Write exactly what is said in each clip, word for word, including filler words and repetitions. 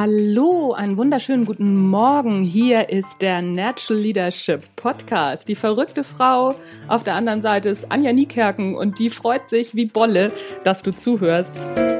Hallo, einen wunderschönen guten Morgen. Hier ist der Natural Leadership Podcast. Die verrückte Frau auf der anderen Seite ist Anja Niekerken und die freut sich wie Bolle, dass du zuhörst.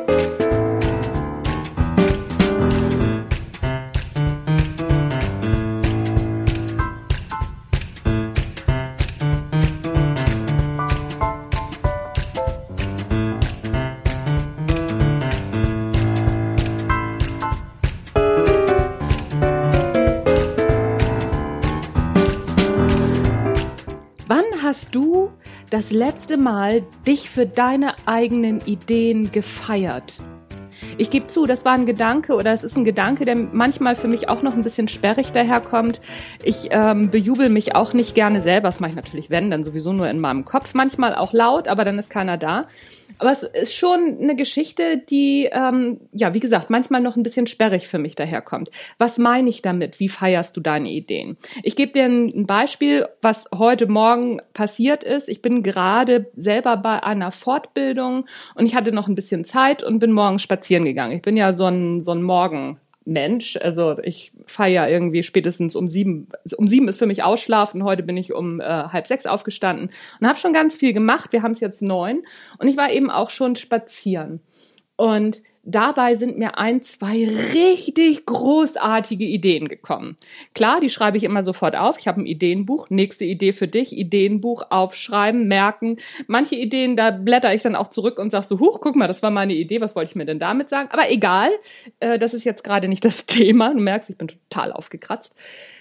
Hast du das letzte Mal dich für deine eigenen Ideen gefeiert? Ich gebe zu, das war ein Gedanke oder es ist ein Gedanke, der manchmal für mich auch noch ein bisschen sperrig daherkommt. Ich ähm, bejubel mich auch nicht gerne selber. Das mache ich natürlich, wenn, dann sowieso nur in meinem Kopf. Manchmal auch laut, aber dann ist keiner da. Aber es ist schon eine Geschichte, die, ähm, ja, wie gesagt, manchmal noch ein bisschen sperrig für mich daherkommt. Was meine ich damit? Wie feierst du deine Ideen? Ich gebe dir ein Beispiel, was heute Morgen passiert ist. Ich bin gerade selber bei einer Fortbildung und ich hatte noch ein bisschen Zeit und bin morgen spazieren gegangen. Ich bin ja so ein, so ein Morgen Mensch, also ich feiere irgendwie spätestens um sieben, um sieben ist für mich Ausschlafen, heute bin ich um äh, halb sechs aufgestanden und habe schon ganz viel gemacht, wir haben es jetzt neun und ich war eben auch schon spazieren und dabei sind mir ein, zwei richtig großartige Ideen gekommen. Klar, die schreibe ich immer sofort auf. Ich habe ein Ideenbuch. Nächste Idee für dich. Ideenbuch aufschreiben, merken. Manche Ideen, da blätter ich dann auch zurück und sage so, huch, guck mal, das war meine Idee. Was wollte ich mir denn damit sagen? Aber egal, äh, das ist jetzt gerade nicht das Thema. Du merkst, ich bin total aufgekratzt.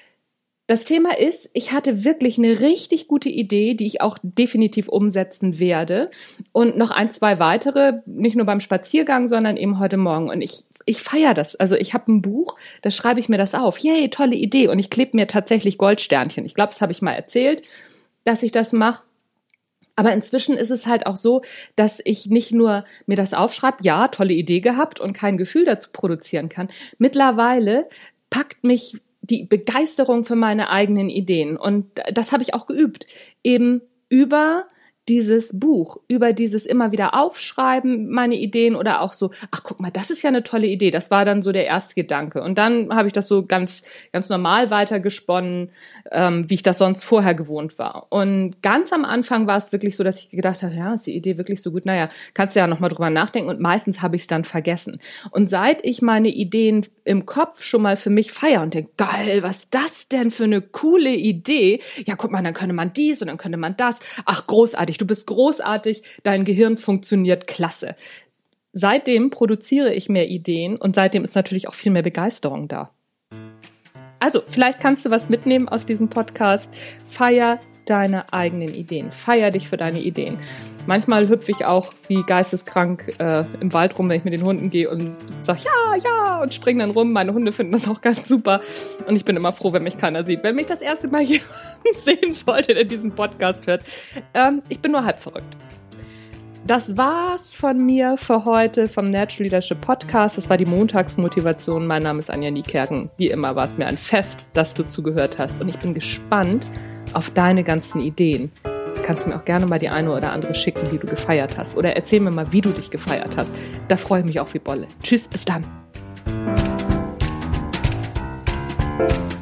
Das Thema ist, ich hatte wirklich eine richtig gute Idee, die ich auch definitiv umsetzen werde. Und noch ein, zwei weitere, nicht nur beim Spaziergang, sondern eben heute Morgen. Und ich, ich feiere das. Also ich habe ein Buch, da schreibe ich mir das auf. Yay, tolle Idee. Und ich klebe mir tatsächlich Goldsternchen. Ich glaube, das habe ich mal erzählt, dass ich das mache. Aber inzwischen ist es halt auch so, dass ich nicht nur mir das aufschreibe, ja, tolle Idee gehabt und kein Gefühl dazu produzieren kann. Mittlerweile packt mich die Begeisterung für meine eigenen Ideen. Und das habe ich auch geübt. Eben über dieses Buch, über dieses immer wieder aufschreiben, meine Ideen oder auch so, ach guck mal, das ist ja eine tolle Idee. Das war dann so der erste Gedanke. Und dann habe ich das so ganz ganz normal weitergesponnen, ähm, wie ich das sonst vorher gewohnt war. Und ganz am Anfang war es wirklich so, dass ich gedacht habe, ja, ist die Idee wirklich so gut? Naja, kannst du ja nochmal drüber nachdenken. Und meistens habe ich es dann vergessen. Und seit ich meine Ideen im Kopf schon mal für mich feiere und denke, geil, was ist das denn für eine coole Idee? Ja, guck mal, dann könnte man dies und dann könnte man das. Ach, großartig. Du bist großartig, dein Gehirn funktioniert klasse. Seitdem produziere ich mehr Ideen und seitdem ist natürlich auch viel mehr Begeisterung da. Also, vielleicht kannst du was mitnehmen aus diesem Podcast. Feier deine eigenen Ideen. Feier dich für deine Ideen. Manchmal hüpfe ich auch wie geisteskrank äh, im Wald rum, wenn ich mit den Hunden gehe und sage ja, ja und springe dann rum. Meine Hunde finden das auch ganz super und ich bin immer froh, wenn mich keiner sieht. Wenn mich das erste Mal jemand sehen sollte, der diesen Podcast hört. Ähm, ich bin nur halb verrückt. Das war's von mir für heute vom Natural Leadership Podcast. Das war die Montagsmotivation. Mein Name ist Anja Niekerken. Wie immer war es mir ein Fest, dass du zugehört hast und ich bin gespannt auf deine ganzen Ideen. Du kannst mir auch gerne mal die eine oder andere schicken, die du gefeiert hast. Oder erzähl mir mal, wie du dich gefeiert hast. Da freue ich mich auch wie Bolle. Tschüss, bis dann.